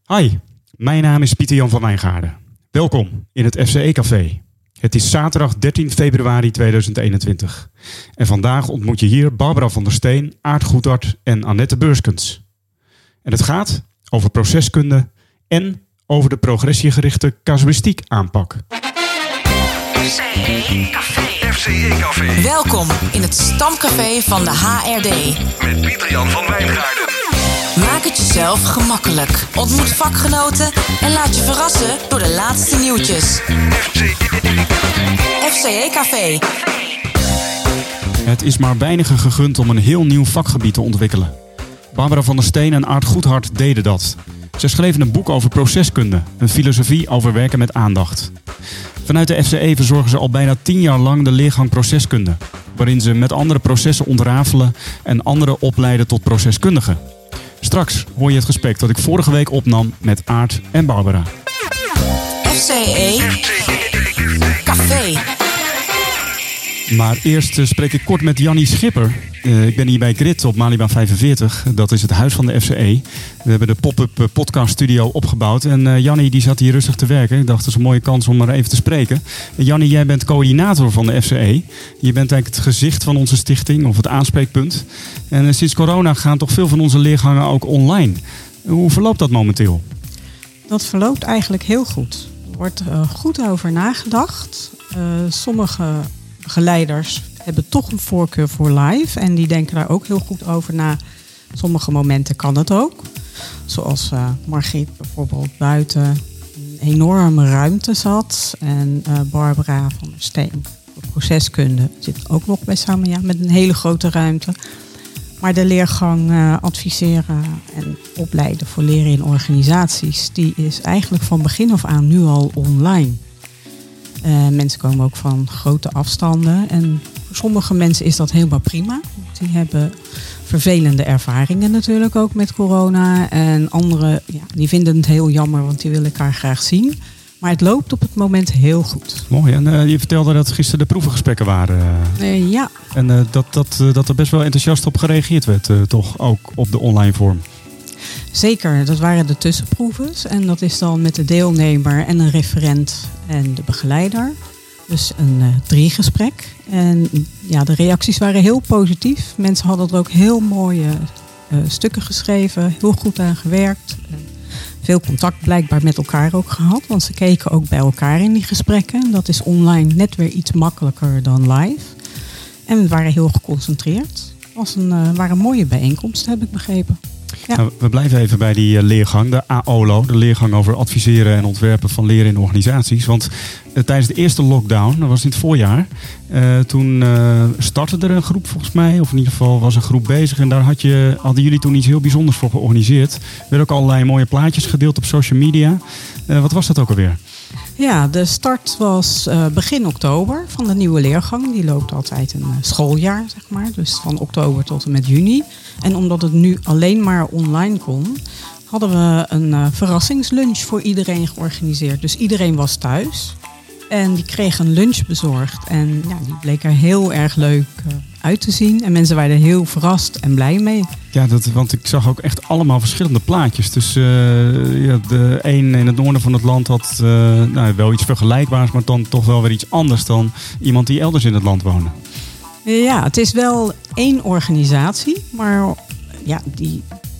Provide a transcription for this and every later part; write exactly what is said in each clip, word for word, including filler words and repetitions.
Hi, mijn naam is Pieter-Jan van Wijngaarden. Welkom in het F C E-café. Het is zaterdag dertien februari tweeduizend eenentwintig. En vandaag ontmoet je hier Barbara van der Steen, Aart Goedhart en Annette Beurskens. En het gaat over proceskunde en over de progressiegerichte casuïstiek aanpak. F C E-café. F C E-café. Welkom in het stamcafé van de H R D. Met Pieter-Jan van Wijngaarden. Maak het jezelf gemakkelijk. Ontmoet vakgenoten en laat je verrassen door de laatste nieuwtjes. F C E-café. Het is maar weinigen gegund om een heel nieuw vakgebied te ontwikkelen. Barbara van der Steen en Aart Goedhart deden dat. Zij schreven een boek over proceskunde, een filosofie over werken met aandacht. Vanuit de F C E verzorgen ze al bijna tien jaar lang de leergang proceskunde, waarin ze met andere processen ontrafelen en anderen opleiden tot proceskundigen. Straks hoor je het gesprek dat ik vorige week opnam met Aart en Barbara. F C E-café. Maar eerst uh, spreek ik kort met Jannie Schipper. Uh, ik ben hier bij Grit op Malibaan vijfenveertig. Dat is het huis van de F C E. We hebben de pop-up uh, podcast studio opgebouwd. En uh, Jannie die zat hier rustig te werken. Ik dacht, dat is een mooie kans om maar even te spreken. Uh, Jannie, jij bent coördinator van de F C E. Je bent eigenlijk het gezicht van onze stichting, of het aanspreekpunt. En uh, sinds corona gaan toch veel van onze leergangen ook online. Uh, hoe verloopt dat momenteel? Dat verloopt eigenlijk heel goed. Er wordt uh, goed over nagedacht. Uh, sommige geleiders hebben toch een voorkeur voor live. En die denken daar ook heel goed over na. Sommige momenten kan het ook. Zoals uh, Margriet bijvoorbeeld buiten een enorme ruimte zat. En uh, Barbara van der Steen voor proceskunde zit ook nog bij Samia met een hele grote ruimte. Maar de leergang uh, adviseren en opleiden voor leren in organisaties, die is eigenlijk van begin af aan nu al online. Uh, mensen komen ook van grote afstanden. En voor sommige mensen is dat helemaal prima. Die hebben vervelende ervaringen natuurlijk ook met corona. En anderen ja, die vinden het heel jammer, want die willen elkaar graag zien. Maar het loopt op het moment heel goed. Mooi. En uh, je vertelde dat gisteren de proevengesprekken waren. Uh, ja. En uh, dat, dat, uh, dat er best wel enthousiast op gereageerd werd, uh, toch ook op de online vorm. Zeker, dat waren de tussenproeves. En dat is dan met de deelnemer en een referent en de begeleider. Dus een uh, driegesprek. En ja, de reacties waren heel positief. Mensen hadden er ook heel mooie uh, stukken geschreven. Heel goed aan gewerkt. En veel contact blijkbaar met elkaar ook gehad. Want ze keken ook bij elkaar in die gesprekken. Dat is online net weer iets makkelijker dan live. En we waren heel geconcentreerd. Het was een, uh, waren mooie bijeenkomsten, heb ik begrepen. Ja. Nou, we blijven even bij die uh, leergang, de A O L O, de leergang over adviseren en ontwerpen van leren in organisaties. Want uh, tijdens de eerste lockdown, dat was in het voorjaar, uh, toen uh, startte er een groep volgens mij, of in ieder geval was een groep bezig. En daar had je, hadden jullie toen iets heel bijzonders voor georganiseerd. Er werden ook allerlei mooie plaatjes gedeeld op social media. Uh, wat was dat ook alweer? Ja, de start was uh, begin oktober van de nieuwe leergang. Die loopt altijd een uh, schooljaar, zeg maar. Dus van oktober tot en met juni. En omdat het nu alleen maar online kon, hadden we een uh, verrassingslunch voor iedereen georganiseerd. Dus iedereen was thuis. En die kreeg een lunch bezorgd. En ja, die bleek er heel erg leuk uh, uit te zien. En mensen waren er heel verrast en blij mee. Ja, dat, want ik zag ook echt allemaal verschillende plaatjes. Dus uh, ja, de een in het noorden van het land had uh, nou, wel iets vergelijkbaars, maar dan toch wel weer iets anders dan iemand die elders in het land woonde. Ja, het is wel één organisatie, maar ja, die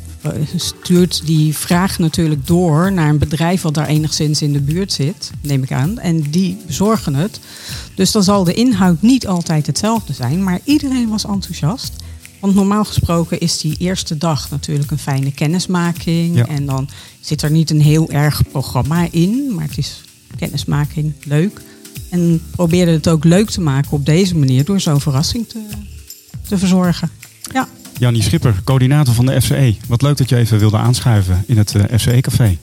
stuurt die vraag natuurlijk door naar een bedrijf wat daar enigszins in de buurt zit, neem ik aan. En die bezorgen het. Dus dan zal de inhoud niet altijd hetzelfde zijn, maar iedereen was enthousiast. Want normaal gesproken is die eerste dag natuurlijk een fijne kennismaking. Ja. En dan zit er niet een heel erg programma in, maar het is kennismaking, leuk. En probeerde het ook leuk te maken op deze manier door zo'n verrassing te, te verzorgen. Ja. Jannie Schipper, coördinator van de F C E. Wat leuk dat je even wilde aanschuiven in het uh, F C E-café.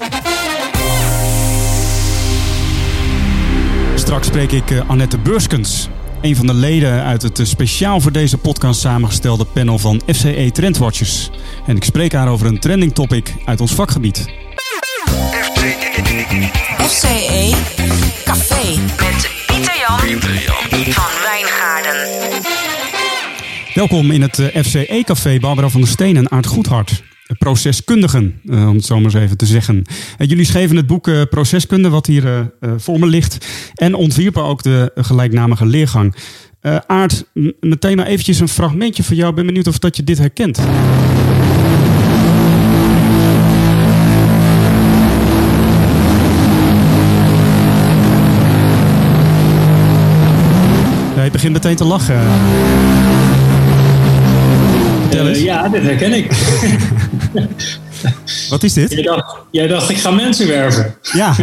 Straks spreek ik uh, Annette Beurskens. Een van de leden uit het uh, speciaal voor deze podcast samengestelde panel van F C E Trendwatchers. En ik spreek haar over een trending topic uit ons vakgebied. F C E-café met Pieter-Jan van Wijngaarden. Welkom in het F C E-café Barbara van der Steen en Aart Goedhart. proceskundigen, uh, om het zo maar eens even te zeggen. Uh, jullie schreven het boek uh, Proceskunde, wat hier uh, uh, voor me ligt. En ontwierpen ook de uh, gelijknamige leergang. Uh, Aart, m- meteen maar eventjes een fragmentje van jou. Ik ben benieuwd of dat je dit herkent. Ja, je begint meteen te lachen. Uh, ja, dit herken ik. Wat is dit? Jij dacht, jij dacht ik ga mensen werven. Ja.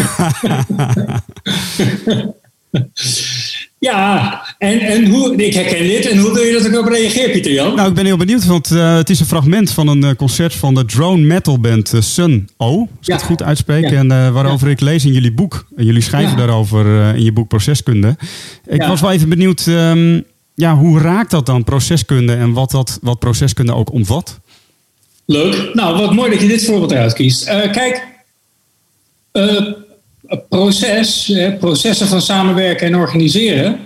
Ja, en, en hoe, ik herken dit. En hoe wil je dat ik op reageer, Pieter Jan? Nou, ik ben heel benieuwd, want uh, het is een fragment van een uh, concert van de drone metal band uh, Sun O. Als ik ja. het goed uitspreek. Ja. En uh, waarover ja. ik lees in jullie boek. En jullie schrijven ja. daarover uh, in je boek Proceskunde. Ik ja. was wel even benieuwd, um, ja, hoe raakt dat dan, proceskunde? En wat, dat, wat proceskunde ook omvat? Leuk. Nou, wat mooi dat je dit voorbeeld eruit kiest. Uh, kijk, uh, proces, eh, processen van samenwerken en organiseren.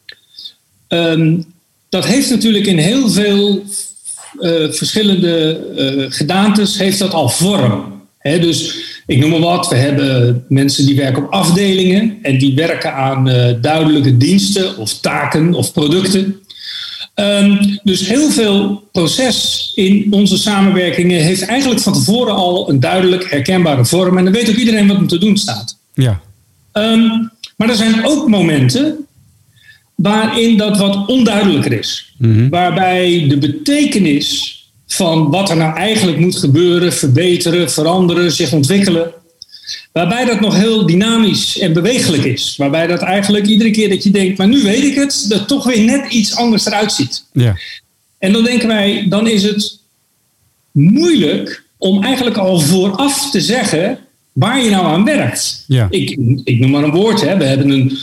Um, dat heeft natuurlijk in heel veel uh, verschillende uh, gedaantes heeft dat al vorm. He, dus ik noem maar wat, we hebben mensen die werken op afdelingen en die werken aan uh, duidelijke diensten of taken of producten. Um, dus heel veel proces in onze samenwerkingen heeft eigenlijk van tevoren al een duidelijk herkenbare vorm. En dan weet ook iedereen wat er te doen staat. Ja. Um, maar er zijn ook momenten waarin dat wat onduidelijker is. Mm-hmm. Waarbij de betekenis van wat er nou eigenlijk moet gebeuren, verbeteren, veranderen, zich ontwikkelen. Waarbij dat nog heel dynamisch en bewegelijk is. Waarbij dat eigenlijk iedere keer dat je denkt, maar nu weet ik het, dat toch weer net iets anders eruit ziet. Ja. En dan denken wij, dan is het moeilijk om eigenlijk al vooraf te zeggen waar je nou aan werkt. Ja. Ik, ik noem maar een woord. Hè. We hebben een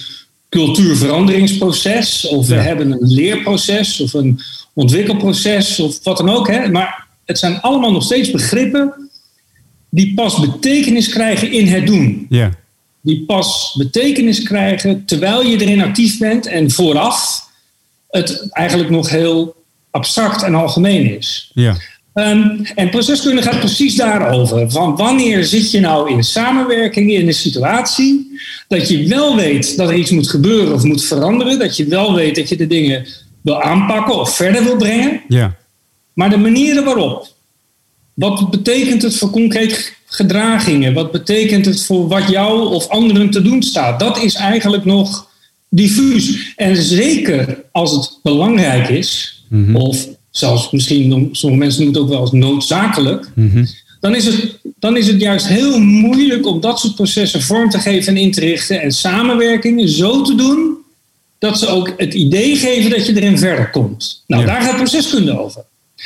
cultuurveranderingsproces of we ja. hebben een leerproces of een ontwikkelproces of wat dan ook. Hè. Maar het zijn allemaal nog steeds begrippen die pas betekenis krijgen in het doen. Ja. Die pas betekenis krijgen terwijl je erin actief bent en vooraf het eigenlijk nog heel abstract en algemeen is. Ja. Um, en proceskunde gaat precies daarover. Van wanneer zit je nou in samenwerking in een situatie dat je wel weet dat er iets moet gebeuren of moet veranderen. Dat je wel weet dat je de dingen wil aanpakken of verder wil brengen. Ja. Maar de manieren waarop. Wat betekent het voor concreet gedragingen? Wat betekent het voor wat jou of anderen te doen staat? Dat is eigenlijk nog diffuus. En zeker als het belangrijk is, mm-hmm. of zelfs misschien, sommige mensen noemen het ook wel als noodzakelijk, mm-hmm. dan, is het, dan is het juist heel moeilijk om dat soort processen vorm te geven en in te richten en samenwerkingen zo te doen dat ze ook het idee geven dat je erin verder komt. Nou, ja. Daar gaat proceskunde over.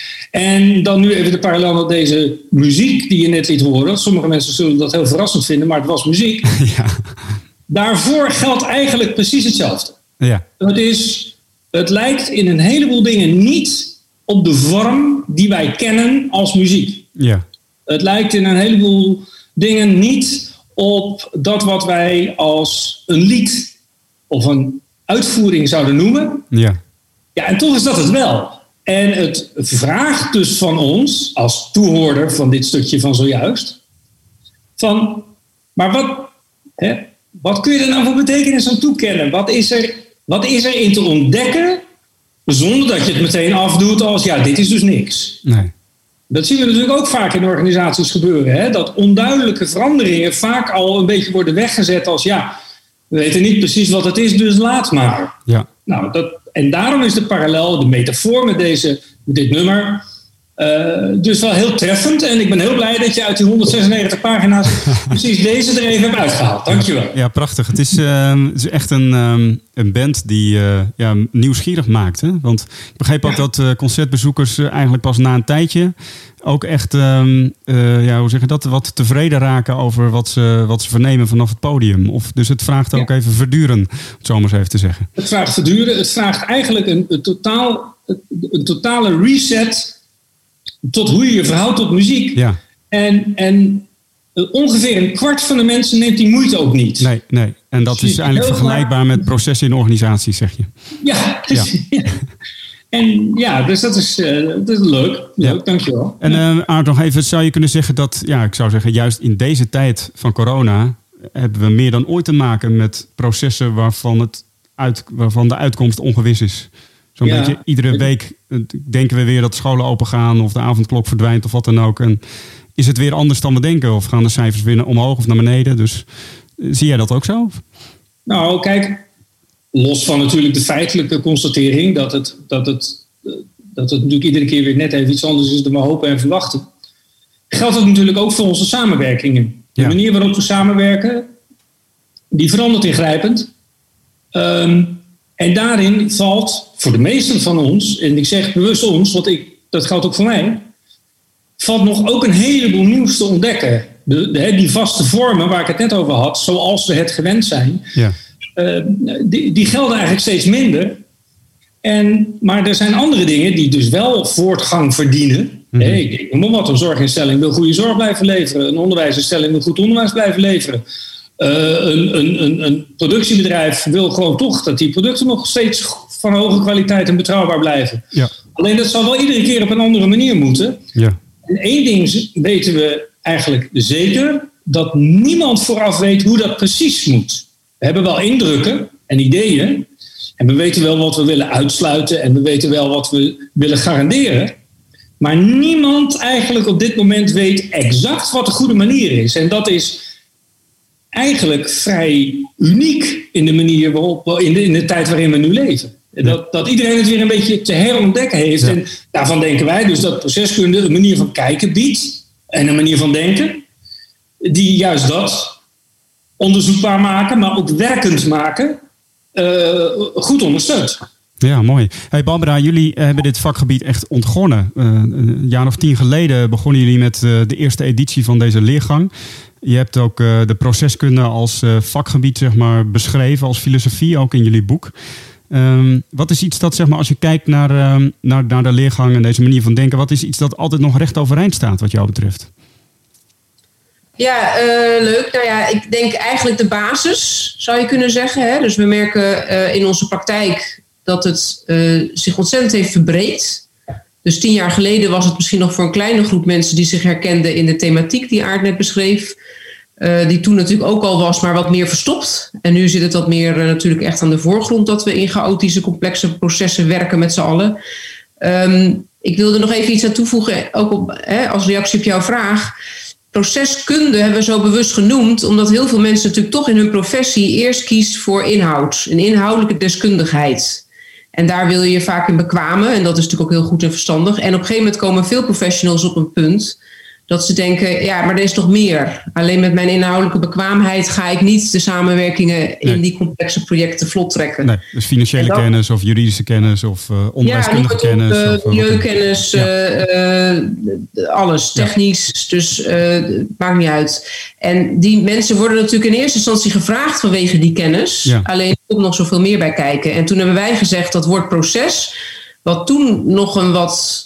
En dan nu even de parallel met deze muziek die je net liet horen. Sommige mensen zullen dat heel verrassend vinden, maar het was muziek. Ja. Daarvoor geldt eigenlijk precies hetzelfde. Ja. Het, is, het lijkt in een heleboel dingen niet op de vorm die wij kennen als muziek. Ja. Het lijkt in een heleboel dingen niet op dat wat wij als een lied of een uitvoering zouden noemen. Ja. Ja, en toch is dat het wel. En het vraagt dus van ons, als toehoorder van dit stukje van zojuist, van, maar wat, hè, wat kun je er nou voor betekenis aan toekennen? Wat is er, wat is er in te ontdekken, zonder dat je het meteen afdoet als, ja, dit is dus niks. Nee. Dat zien we natuurlijk ook vaak in organisaties gebeuren. Hè? Dat onduidelijke veranderingen vaak al een beetje worden weggezet als, ja, we weten niet precies wat het is, dus laat maar. Ja. Nou, dat, en daarom is de parallel, de metafoor met, deze, met dit nummer, uh, dus wel heel treffend. En ik ben heel blij dat je uit die honderdzesennegentig pagina's precies deze er even hebt uitgehaald. Dankjewel. Ja, ja, prachtig. Het is, uh, het is echt een, um, een band die uh, ja, nieuwsgierig maakt. Hè? Want ik begreep ook ja. dat uh, concertbezoekers uh, eigenlijk pas na een tijdje ook echt, um, uh, ja, hoe zeg je dat, wat tevreden raken over wat ze, wat ze vernemen vanaf het podium. Of, dus het vraagt ook ja. even verduren, om het zo maar eens even te zeggen. Het vraagt verduren. Het vraagt eigenlijk een, een, totaal, een totale reset tot hoe je je verhoudt tot muziek. Ja. En, en ongeveer een kwart van de mensen neemt die moeite ook niet. Nee, nee. En dat dus is eigenlijk vergelijkbaar met processen in organisaties, zeg je. Ja, ja. ja. En ja, dus dat is, uh, dat is leuk. Leuk, ja. Dankjewel. En uh, Aart, nog even, zou je kunnen zeggen dat, ja, ik zou zeggen, juist in deze tijd van corona hebben we meer dan ooit te maken met processen waarvan, het uit, waarvan de uitkomst ongewis is. Zo'n ja. beetje iedere week denken we weer dat scholen open gaan of de avondklok verdwijnt of wat dan ook. En is het weer anders dan we denken? Of gaan de cijfers weer omhoog of naar beneden? Dus zie jij dat ook zo? Nou, kijk, los van natuurlijk de feitelijke constatering dat het, dat het, dat het natuurlijk iedere keer weer net even iets anders is dan we hopen en verwachten, geldt het natuurlijk ook voor onze samenwerkingen. De ja. manier waarop we samenwerken, die verandert ingrijpend. Um, en daarin valt voor de meesten van ons, en ik zeg bewust ons, want ik, dat geldt ook voor mij, valt nog ook een heleboel nieuws te ontdekken. De, de, die vaste vormen waar ik het net over had, zoals we het gewend zijn, ja. uh, die, die gelden eigenlijk steeds minder. En, maar er zijn andere dingen die dus wel voortgang verdienen. Mm-hmm. Hey, ik noem maar wat, een zorginstelling wil goede zorg blijven leveren. Een onderwijsinstelling wil goed onderwijs blijven leveren. Uh, een, een, een, een productiebedrijf wil gewoon toch dat die producten nog steeds van hoge kwaliteit en betrouwbaar blijven. Ja. Alleen dat zal wel iedere keer op een andere manier moeten. Ja. En één ding weten we eigenlijk zeker, dat niemand vooraf weet hoe dat precies moet. We hebben wel indrukken en ideeën. En we weten wel wat we willen uitsluiten en we weten wel wat we willen garanderen. Maar niemand eigenlijk op dit moment weet exact wat de goede manier is. En dat is eigenlijk vrij uniek in de manier waarop, in de, in de tijd waarin we nu leven. Dat, dat iedereen het weer een beetje te herontdekken heeft. Ja. En daarvan denken wij dus dat proceskunde een manier van kijken biedt. En een manier van denken. Die juist dat onderzoekbaar maken, maar ook werkend maken. Uh, goed ondersteunt. Ja, mooi. Hey Barbara, jullie hebben dit vakgebied echt ontgonnen. Uh, een jaar of tien geleden begonnen jullie met uh, de eerste editie van deze leergang. Je hebt ook uh, de proceskunde als uh, vakgebied zeg maar, beschreven, als filosofie, ook in jullie boek. Um, wat is iets dat, zeg maar, als je kijkt naar, um, naar, naar de leergang en deze manier van denken, wat is iets dat altijd nog recht overeind staat wat jou betreft? Ja, uh, leuk. Nou ja, ik denk eigenlijk de basis, zou je kunnen zeggen. Hè? Dus we merken uh, in onze praktijk dat het uh, zich ontzettend heeft verbreed. Dus tien jaar geleden was het misschien nog voor een kleine groep mensen die zich herkenden in de thematiek die Aart net beschreef. Uh, die toen natuurlijk ook al was, maar wat meer verstopt. En nu zit het wat meer uh, natuurlijk echt aan de voorgrond dat we in chaotische, complexe processen werken met z'n allen. Um, ik wilde nog even iets aan toevoegen, ook op, hè, als reactie op jouw vraag. Proceskunde hebben we zo bewust genoemd, omdat heel veel mensen natuurlijk toch in hun professie eerst kiezen voor inhoud, een inhoudelijke deskundigheid. En daar wil je je vaak in bekwamen, en dat is natuurlijk ook heel goed en verstandig. En op een gegeven moment komen veel professionals op een punt dat ze denken, ja, maar er is nog meer. Alleen met mijn inhoudelijke bekwaamheid ga ik niet de samenwerkingen nee. in die complexe projecten vlot trekken. Nee, dus financiële dat, kennis of juridische kennis of uh, onderwijskundige ja, kennis. Ja, uh, milieukennis, ja. uh, uh, alles, technisch. Ja. Dus uh, het maakt niet uit. En die mensen worden natuurlijk in eerste instantie gevraagd vanwege die kennis. Ja. Alleen er komt nog zoveel meer bij kijken. En toen hebben wij gezegd dat woord proces, wat toen nog een wat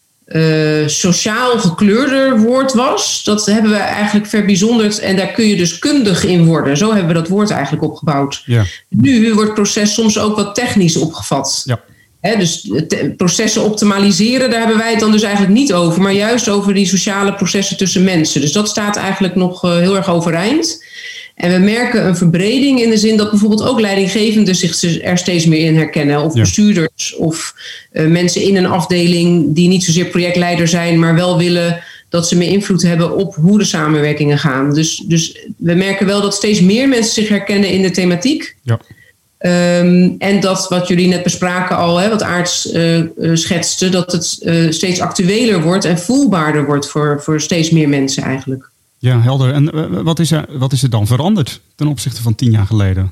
Uh, sociaal gekleurder woord was, dat hebben we eigenlijk verbijzonderd en daar kun je dus kundig in worden. Zo hebben we dat woord eigenlijk opgebouwd. Ja. Nu wordt proces soms ook wat technisch opgevat. Ja. He, dus te, processen optimaliseren, daar hebben wij het dan dus eigenlijk niet over, maar juist over die sociale processen tussen mensen. Dus dat staat eigenlijk nog uh, heel erg overeind. En we merken een verbreding in de zin dat bijvoorbeeld ook leidinggevenden zich er steeds meer in herkennen. Of ja. bestuurders of uh, mensen in een afdeling die niet zozeer projectleider zijn, maar wel willen dat ze meer invloed hebben op hoe de samenwerkingen gaan. Dus, dus we merken wel dat steeds meer mensen zich herkennen in de thematiek. Ja. Um, en dat wat jullie net bespraken al, hè, wat Aart uh, uh, schetste, dat het uh, steeds actueler wordt en voelbaarder wordt voor, voor steeds meer mensen eigenlijk. Ja, helder. En uh, wat is er, wat is er dan veranderd ten opzichte van tien jaar geleden?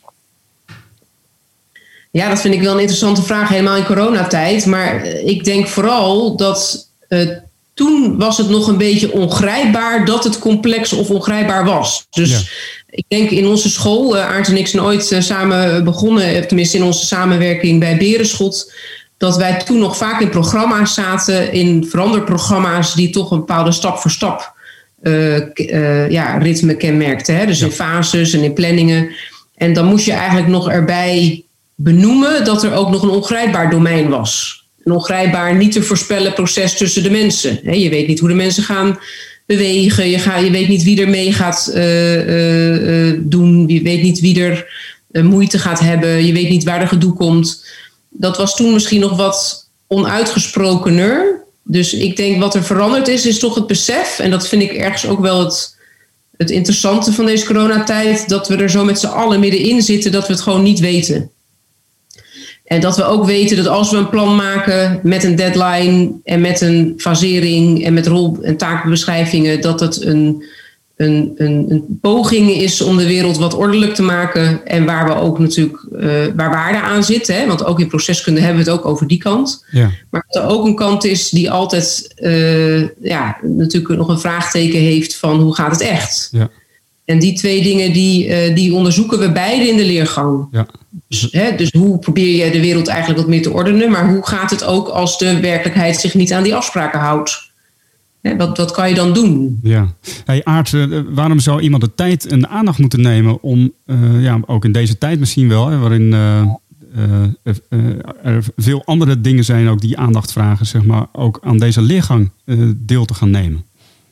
Ja, dat vind ik wel een interessante vraag, helemaal in coronatijd. Maar uh, ik denk vooral dat uh, toen was het nog een beetje ongrijpbaar dat het complex of ongrijpbaar was. Dus ja. ik denk in onze school, uh, Aart en ik zijn ooit uh, samen begonnen, tenminste in onze samenwerking bij Berenschot, dat wij toen nog vaak in programma's zaten, in veranderprogramma's die toch een bepaalde stap voor stap Uh, uh, ja, ritme kenmerkte. Hè? Dus ja. in fases en in planningen. En dan moest je eigenlijk nog erbij benoemen dat er ook nog een ongrijpbaar domein was. een ongrijpbaar, niet te voorspellen proces tussen de mensen. Je weet niet hoe de mensen gaan bewegen. Je, gaat, je weet niet wie er mee gaat uh, uh, uh, doen. Je weet niet wie er uh, moeite gaat hebben. Je weet niet waar er gedoe komt. Dat was toen misschien nog wat onuitgesprokener. Dus ik denk wat er veranderd is, is toch het besef. En dat vind ik ergens ook wel het, het interessante van deze coronatijd. Dat we er zo met z'n allen middenin zitten, dat we het gewoon niet weten. En dat we ook weten dat als we een plan maken met een deadline en met een fasering en met rol- en taakbeschrijvingen, dat het een, een, een, een poging is om de wereld wat ordelijk te maken. En waar we ook natuurlijk uh, waar waarde aan zit. Hè? Want ook in proceskunde hebben we het ook over die kant. Ja. Maar dat er ook een kant is die altijd uh, ja, natuurlijk nog een vraagteken heeft van hoe gaat het echt? Ja. En die twee dingen die, uh, die onderzoeken we beide in de leergang. Ja. Dus, hè, dus hoe probeer je de wereld eigenlijk wat meer te ordenen, maar hoe gaat het ook als de werkelijkheid zich niet aan die afspraken houdt? Hè, wat, wat kan je dan doen? Ja. Hey Aart, uh, waarom zou iemand de tijd en de aandacht moeten nemen om, uh, ja, ook in deze tijd misschien wel, hè, waarin uh, uh, uh, er veel andere dingen zijn ook die aandacht vragen, zeg maar, ook aan deze leergang uh, deel te gaan nemen?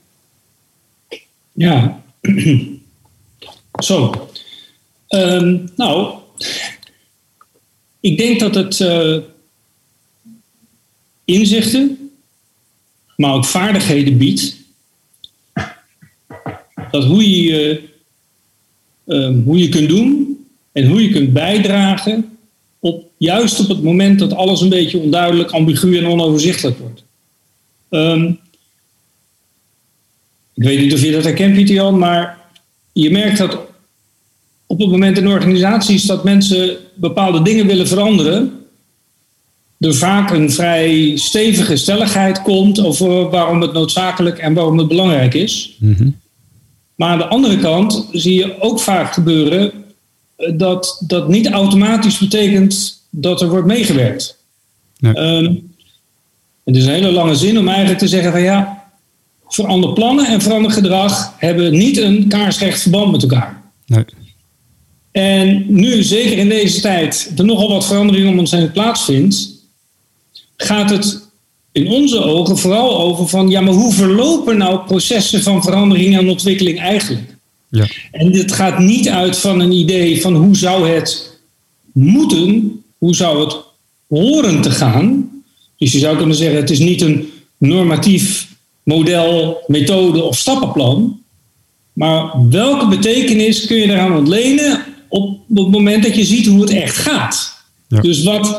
Ja. Zo. Um, nou, ik denk dat het uh, inzichten, maar ook vaardigheden biedt. Dat hoe je, uh, um, hoe je kunt doen en hoe je kunt bijdragen, op, juist op het moment dat alles een beetje onduidelijk, ambigu en onoverzichtelijk wordt. Um, ik weet niet of je dat herkent, Pieter Jan, maar je merkt dat op het moment in organisaties dat mensen bepaalde dingen willen veranderen, er vaak een vrij stevige stelligheid komt over waarom het noodzakelijk en waarom het belangrijk is. Mm-hmm. Maar aan de andere kant zie je ook vaak gebeuren dat dat niet automatisch betekent dat er wordt meegewerkt. Nee. Um, het is een hele lange zin om eigenlijk te zeggen van ja, verander plannen en verander gedrag hebben niet een kaarsrecht verband met elkaar. Nee. En nu, zeker in deze tijd, er nogal wat verandering om ons heen plaatsvindt, gaat het in onze ogen vooral over van, ja, maar hoe verlopen nou processen van verandering en ontwikkeling eigenlijk? Ja. En dit gaat niet uit van een idee van hoe zou het moeten, hoe zou het horen te gaan. Dus je zou kunnen zeggen, het is niet een normatief model, methode of stappenplan. Maar welke betekenis kun je daaraan ontlenen op het moment dat je ziet hoe het echt gaat? Ja. Dus, wat,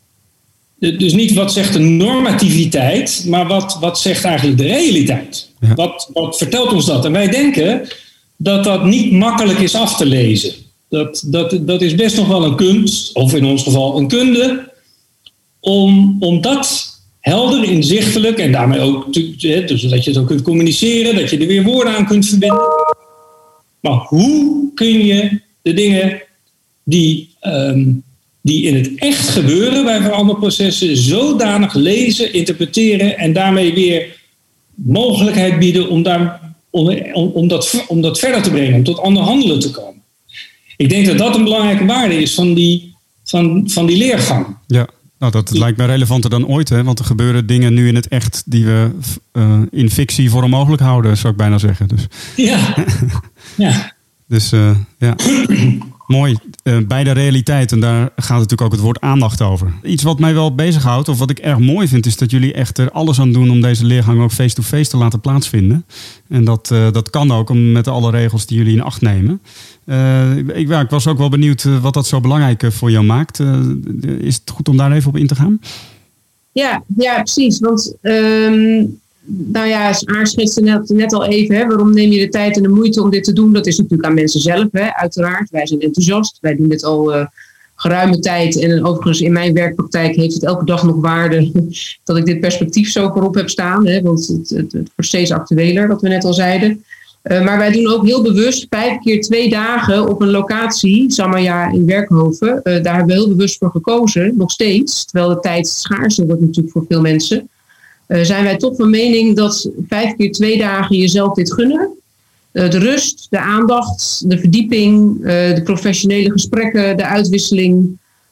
dus niet wat zegt de normativiteit, maar wat, wat zegt eigenlijk de realiteit? Ja. Wat, wat vertelt ons dat? En wij denken dat dat niet makkelijk is af te lezen. Dat, dat, dat is best nog wel een kunst, of in ons geval een kunde, om, om dat helder, inzichtelijk en daarmee ook, dus dat je het ook kunt communiceren, dat je er weer woorden aan kunt verbinden. Maar hoe kun je de dingen die, um, die in het echt gebeuren bij veranderprocessen zodanig lezen, interpreteren en daarmee weer mogelijkheid bieden om, daar, om, om, om, dat, om dat verder te brengen, om tot ander handelen te komen. Ik denk dat dat een belangrijke waarde is van die, van, van die leergang. Ja. Nou, dat ja. lijkt mij relevanter dan ooit, hè? Want er gebeuren dingen nu in het echt die we uh, in fictie voor onmogelijk houden, zou ik bijna zeggen. Dus. Ja. ja. Dus uh, ja, mooi. Uh, bij de realiteit, en daar gaat natuurlijk ook het woord aandacht over. Iets wat mij wel bezighoudt, of wat ik erg mooi vind, is dat jullie echt er alles aan doen om deze leergang ook face-to-face te laten plaatsvinden. En dat, uh, dat kan ook met alle regels die jullie in acht nemen. Uh, ik, ja, ik was ook wel benieuwd uh, wat dat zo belangrijk uh, voor jou maakt. Uh, is het goed om daar even op in te gaan? Ja, ja precies. Want um, nou ja, Aart schetste net, net al even. Hè, waarom neem je de tijd en de moeite om dit te doen? Dat is natuurlijk aan mensen zelf, hè, uiteraard. Wij zijn enthousiast. Wij doen dit al uh, geruime tijd. En overigens in mijn werkpraktijk heeft het elke dag nog waarde dat ik dit perspectief zo voorop heb staan. Hè, want het, het, het wordt steeds actueler, wat we net al zeiden. Uh, maar wij doen ook heel bewust vijf keer twee dagen op een locatie, Samaya in Werkhoven. Uh, daar hebben we heel bewust voor gekozen, nog steeds. Terwijl de tijd schaarser wordt natuurlijk voor veel mensen. Uh, zijn wij toch van mening dat vijf keer twee dagen jezelf dit gunnen. Uh, de rust, de aandacht, de verdieping, uh, de professionele gesprekken, de uitwisseling.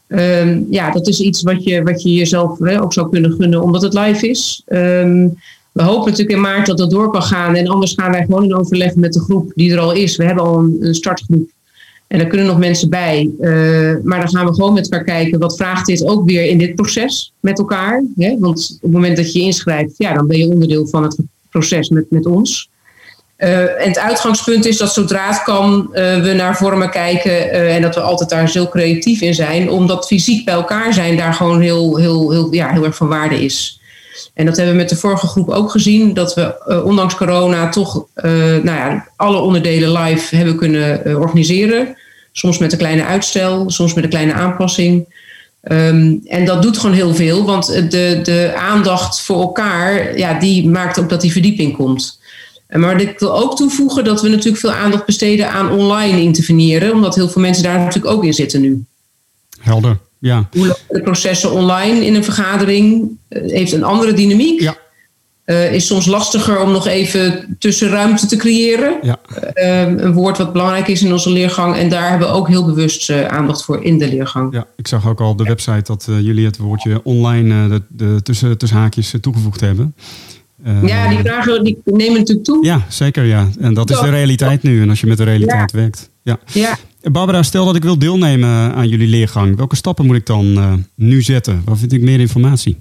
Um, ja, dat is iets wat je, wat je jezelf hè, ook zou kunnen gunnen omdat het live is. Um, we hopen natuurlijk in maart dat dat door kan gaan. En anders gaan wij gewoon in overleg met de groep die er al is. We hebben al een, een startgroep. En daar kunnen nog mensen bij. Uh, maar dan gaan we gewoon met elkaar kijken. Wat vraagt dit ook weer in dit proces met elkaar? Hè? Want op het moment dat je je inschrijft, ja, dan ben je onderdeel van het proces met, met ons. Uh, en het uitgangspunt is dat zodra het kan, uh, we naar vormen kijken. Uh, en dat we altijd daar heel creatief in zijn. Omdat fysiek bij elkaar zijn daar gewoon heel, heel, heel, ja, heel erg van waarde is. En dat hebben we met de vorige groep ook gezien. Dat we uh, ondanks corona toch uh, nou ja, alle onderdelen live hebben kunnen uh, organiseren. Soms met een kleine uitstel, soms met een kleine aanpassing. Um, en dat doet gewoon heel veel. Want de, de aandacht voor elkaar, ja, die maakt ook dat die verdieping komt. Maar ik wil ook toevoegen dat we natuurlijk veel aandacht besteden aan online interveneren. Omdat heel veel mensen daar natuurlijk ook in zitten nu. Helder, ja. Hoe lopen de processen online in een vergadering? Uh, heeft een andere dynamiek. Ja. Uh, is soms lastiger om nog even tussenruimte te creëren. Ja. Uh, een woord wat belangrijk is in onze leergang. En daar hebben we ook heel bewust uh, aandacht voor in de leergang. Ja, ik zag ook al op de website dat uh, jullie het woordje online uh, de, de tussen, tussen haakjes uh, toegevoegd hebben. Uh, ja, die vragen die nemen natuurlijk toe. Ja, zeker ja. En dat is de realiteit nu. En als je met de realiteit ja. werkt. Ja. Ja. Barbara, stel dat ik wil deelnemen aan jullie leergang. Welke stappen moet ik dan uh, nu zetten? Waar vind ik meer informatie?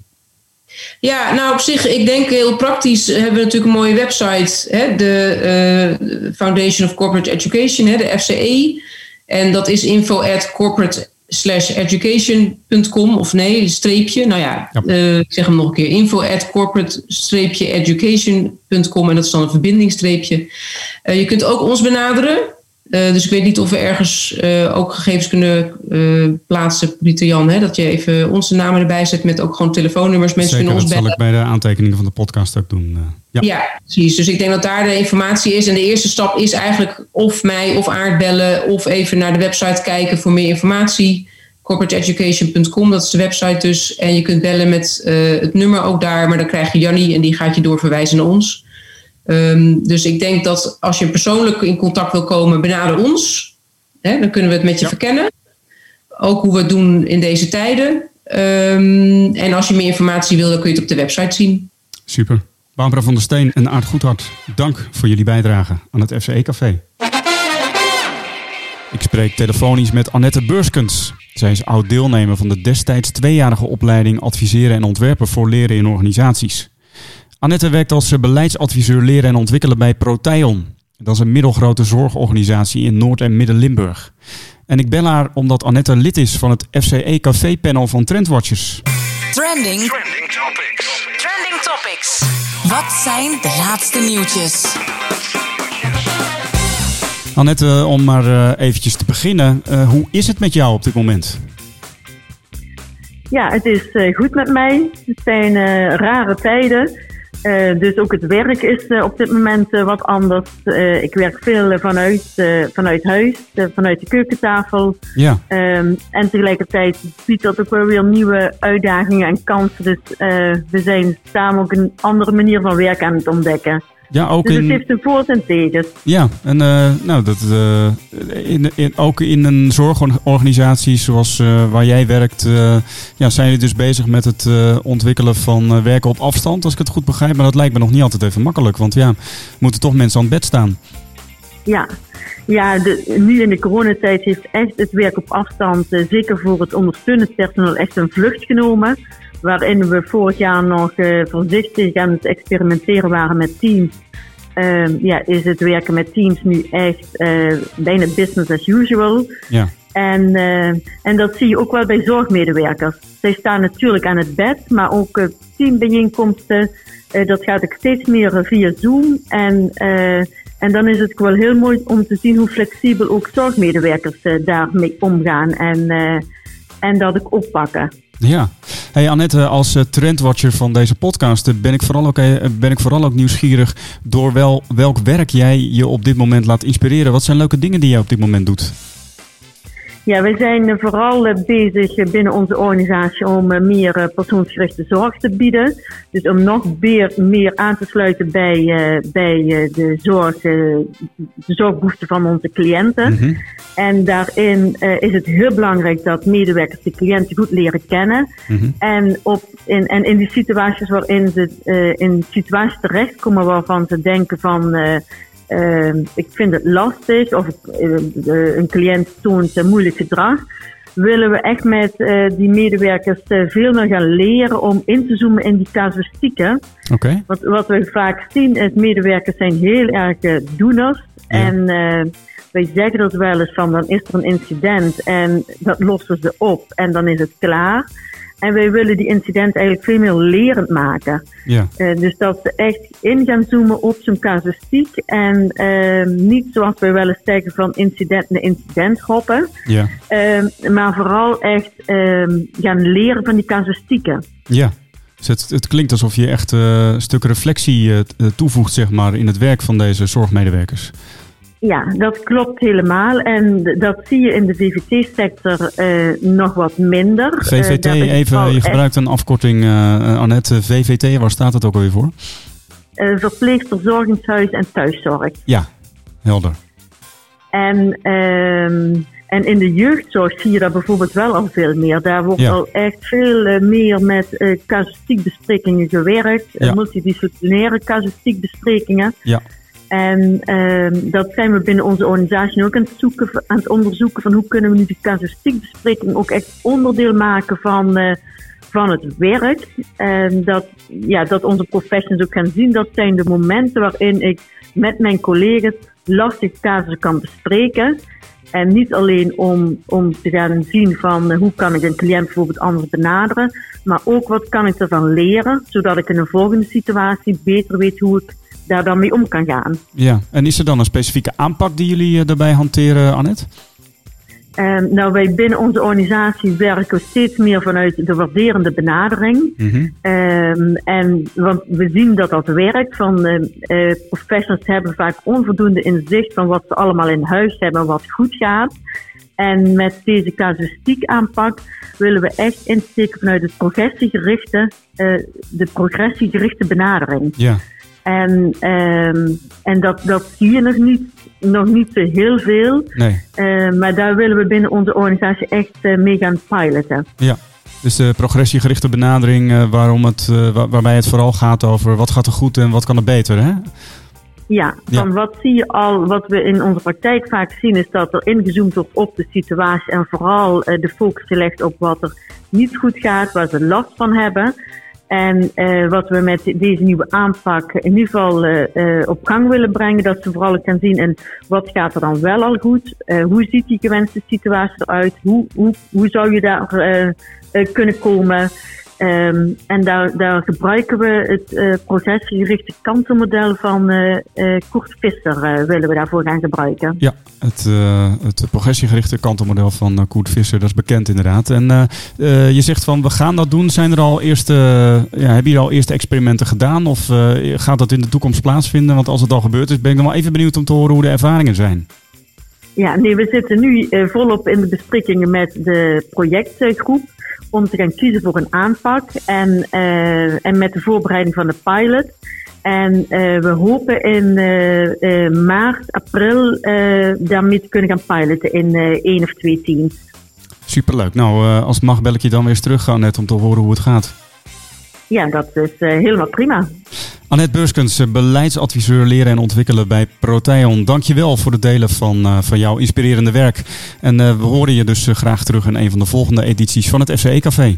Ja, nou op zich, ik denk heel praktisch hebben we natuurlijk een mooie website. Hè, de uh, Foundation of Corporate Education, hè, de F C E. En dat is info at corporate slash education punt com of nee, streepje. Nou ja, ja. Uh, ik zeg hem nog een keer. info at corporate education punt com en dat is dan een verbindingsstreepje. Uh, je kunt ook ons benaderen. Uh, dus ik weet niet of we ergens uh, ook gegevens kunnen uh, plaatsen, Pieter Jan. Hè, dat je even onze namen erbij zet met ook gewoon telefoonnummers. Mensen Zeker, kunnen ons bellen. Dat zal ik bij de aantekeningen van de podcast ook doen. Uh, ja. ja, precies. Dus ik denk dat daar de informatie is. En de eerste stap is eigenlijk of mij of Aart bellen of even naar de website kijken voor meer informatie. corporate education punt com, dat is de website dus. En je kunt bellen met uh, het nummer ook daar, maar dan krijg je Jannie en die gaat je doorverwijzen naar ons. Um, dus ik denk dat als je persoonlijk in contact wil komen, benader ons. Hè, dan kunnen we het met je ja. verkennen. Ook hoe we het doen in deze tijden. Um, en als je meer informatie wil, dan kun je het op de website zien. Super. Barbara van der Steen en Aart Goedhart, dank voor jullie bijdrage aan het F C E-café. Ik spreek telefonisch met Annette Beurskens. Zij is oud-deelnemer van de destijds tweejarige opleiding Adviseren en Ontwerpen voor Leren in Organisaties. Annette werkt als beleidsadviseur leren en ontwikkelen bij Proteion. Dat is een middelgrote zorgorganisatie in Noord- en Midden-Limburg. En ik bel haar omdat Annette lid is van het F C E-café-panel van Trendwatchers. Trending. Trending Topics. Trending Topics. Wat zijn de laatste nieuwtjes? Annette, om maar uh, eventjes te beginnen. Uh, hoe is het met jou op dit moment? Ja, het is uh, goed met mij. Het zijn uh, rare tijden. Uh, dus ook het werk is uh, op dit moment uh, wat anders. Uh, ik werk veel uh, vanuit, uh, vanuit huis, uh, vanuit de keukentafel. Ja. Um, en tegelijkertijd biedt dat ook wel weer nieuwe uitdagingen en kansen. Dus uh, we zijn samen ook een andere manier van werken aan het ontdekken. Ja, ook dus in... het heeft een voor- en tegen. Ja, en uh, nou, dat, uh, in, in, ook in een zorgorganisatie zoals uh, waar jij werkt, uh, ja, zijn jullie dus bezig met het uh, ontwikkelen van uh, werken op afstand, als ik het goed begrijp. Maar dat lijkt me nog niet altijd even makkelijk, want ja, moeten toch mensen aan het bed staan. Ja, ja de, nu in de coronatijd heeft echt het werk op afstand, uh, zeker voor het ondersteunend personeel, echt een vlucht genomen. Waarin we vorig jaar nog uh, voorzichtig aan het experimenteren waren met Teams. Uh, ja, is het werken met Teams nu echt uh, bijna business as usual. Ja. En, uh, en dat zie je ook wel bij zorgmedewerkers. Zij staan natuurlijk aan het bed, maar ook uh, teambijeenkomsten. Uh, dat gaat ook steeds meer uh, via Zoom. En, uh, en dan is het wel heel mooi om te zien hoe flexibel ook zorgmedewerkers uh, daarmee omgaan. En, uh, en dat ook oppakken. Ja. Hey Annette, als uh, trendwatcher van deze podcast uh, ben, ik vooral ook, uh, ben ik vooral ook nieuwsgierig door wel, welk werk jij je op dit moment laat inspireren. Wat zijn leuke dingen die jij op dit moment doet? Ja, wij zijn vooral bezig binnen onze organisatie om meer persoonsgerichte zorg te bieden. Dus om nog meer, meer aan te sluiten bij, bij de, zorg, de zorgbehoeften van onze cliënten. Mm-hmm. En daarin is het heel belangrijk dat medewerkers de cliënten goed leren kennen. Mm-hmm. En, op, in, en in die situaties waarin ze in situaties terechtkomen waarvan ze denken van... Uh, ik vind het lastig of uh, uh, een cliënt toont uh, moeilijk gedrag, willen we echt met uh, die medewerkers uh, veel meer gaan leren om in te zoomen in die casuïstieken. Okay. Want wat we vaak zien is medewerkers zijn heel erg uh, doeners. Ja. En uh, wij zeggen dat wel eens van, dan is er een incident en dat lossen ze op en dan is het klaar. En wij willen die incidenten eigenlijk veel meer lerend maken. Ja. Uh, dus dat ze echt in gaan zoomen op zo'n casuïstiek. En uh, niet zoals wij wel eens zeggen van incident naar incident hoppen. Ja. Uh, maar vooral echt uh, gaan leren van die casuïstieken. Ja, dus het, het klinkt alsof je echt uh, een stuk reflectie uh, toevoegt zeg maar, in het werk van deze zorgmedewerkers. Ja, dat klopt helemaal. En dat zie je in de V V T-sector uh, nog wat minder. V V T, uh, even, je gebruikt een afkorting, uh, Annette. V V T, waar staat het ook alweer voor? Uh, verpleegster, verzorgingshuis en thuiszorg. Ja, helder. En, uh, en in de jeugdzorg zie je dat bijvoorbeeld wel al veel meer. Daar wordt ja. al echt veel uh, meer met uh, casuïstiekbesprekingen gewerkt. Ja. Uh, multidisciplinaire casuïstiekbesprekingen. Ja. En uh, dat zijn we binnen onze organisatie ook aan het zoeken, aan het onderzoeken van hoe kunnen we nu die casuïstiekbespreking ook echt onderdeel maken van, uh, van het werk. En dat, ja, dat onze professionals ook gaan zien, dat zijn de momenten waarin ik met mijn collega's lastige casussen kan bespreken. En niet alleen om, om te gaan zien van uh, hoe kan ik een cliënt bijvoorbeeld anders benaderen, maar ook wat kan ik ervan leren, zodat ik in een volgende situatie beter weet hoe ik daar dan mee om kan gaan. Ja, en is er dan een specifieke aanpak die jullie uh, daarbij hanteren, Annette? Um, nou, wij binnen onze organisatie werken steeds meer vanuit de waarderende benadering. Mm-hmm. Um, en, want we zien dat dat werkt. Van, uh, uh, professionals hebben vaak onvoldoende inzicht van wat ze allemaal in huis hebben en wat goed gaat. En met deze casuïstiek aanpak willen we echt insteken vanuit het progressiegerichte, uh, de progressiegerichte benadering. Ja. En, um, en dat, dat zie je nog niet, nog niet zo heel veel. Nee. Uh, maar daar willen we binnen onze organisatie echt uh, mee gaan piloten. Ja, dus de progressiegerichte benadering uh, waarom het, uh, waar, waarbij het vooral gaat over wat gaat er goed en wat kan er beter, hè? Ja, van ja. Wat zie je al, wat we in onze praktijk vaak zien is dat er ingezoomd wordt op de situatie en vooral uh, de focus gelegd op wat er niet goed gaat, waar ze last van hebben. En uh, wat we met deze nieuwe aanpak in ieder geval uh, uh, op gang willen brengen, dat ze vooral kan zien en wat gaat er dan wel al goed, uh, hoe ziet die gewenste situatie eruit, hoe, hoe, hoe zou je daar uh, uh, kunnen komen. Um, en daar, daar gebruiken we het uh, progressiegerichte kantelmodel van uh, uh, Koert Visser, uh, willen we daarvoor gaan gebruiken. Ja, het, uh, het progressiegerichte kantelmodel van uh, Koert Visser, dat is bekend inderdaad. En uh, uh, je zegt van we gaan dat doen. Zijn er al eerste, uh, ja, hebben jullie al eerste experimenten gedaan of uh, gaat dat in de toekomst plaatsvinden? Want als het al gebeurd is, ben ik nog wel even benieuwd om te horen hoe de ervaringen zijn. Ja, nee, we zitten nu uh, volop in de besprekingen met de projectgroep om te gaan kiezen voor een aanpak en, uh, en met de voorbereiding van de pilot. En uh, we hopen in uh, uh, maart, april uh, daarmee te kunnen gaan piloten in uh, één of twee teams. Superleuk. Nou, uh, als het mag bel ik je dan weer eens terug, Annette, om te horen hoe het gaat. Ja, dat is uh, helemaal prima. Annette Beurskens, beleidsadviseur leren en ontwikkelen bij Proteon. Dank je wel voor het delen van, uh, van jouw inspirerende werk. En uh, we horen je dus uh, graag terug in een van de volgende edities van het F C E-café.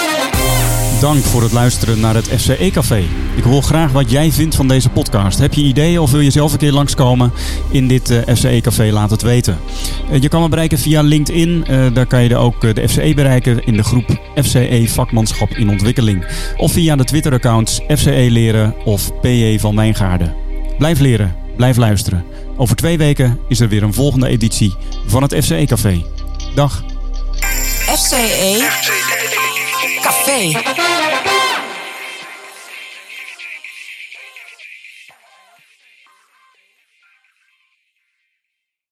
Dank voor het luisteren naar het F C E-café. Ik hoor graag wat jij vindt van deze podcast. Heb je ideeën of wil je zelf een keer langskomen in dit uh, F C E-café? Laat het weten. Uh, je kan me bereiken via LinkedIn. Uh, daar kan je ook uh, de F C E bereiken in de groep F C E Vakmanschap in Ontwikkeling. Of via de Twitter-accounts F C E Leren of P J van Wijngaarden. Blijf leren, blijf luisteren. Over twee weken is er weer een volgende editie van het F C E-café. Dag. F C E Café.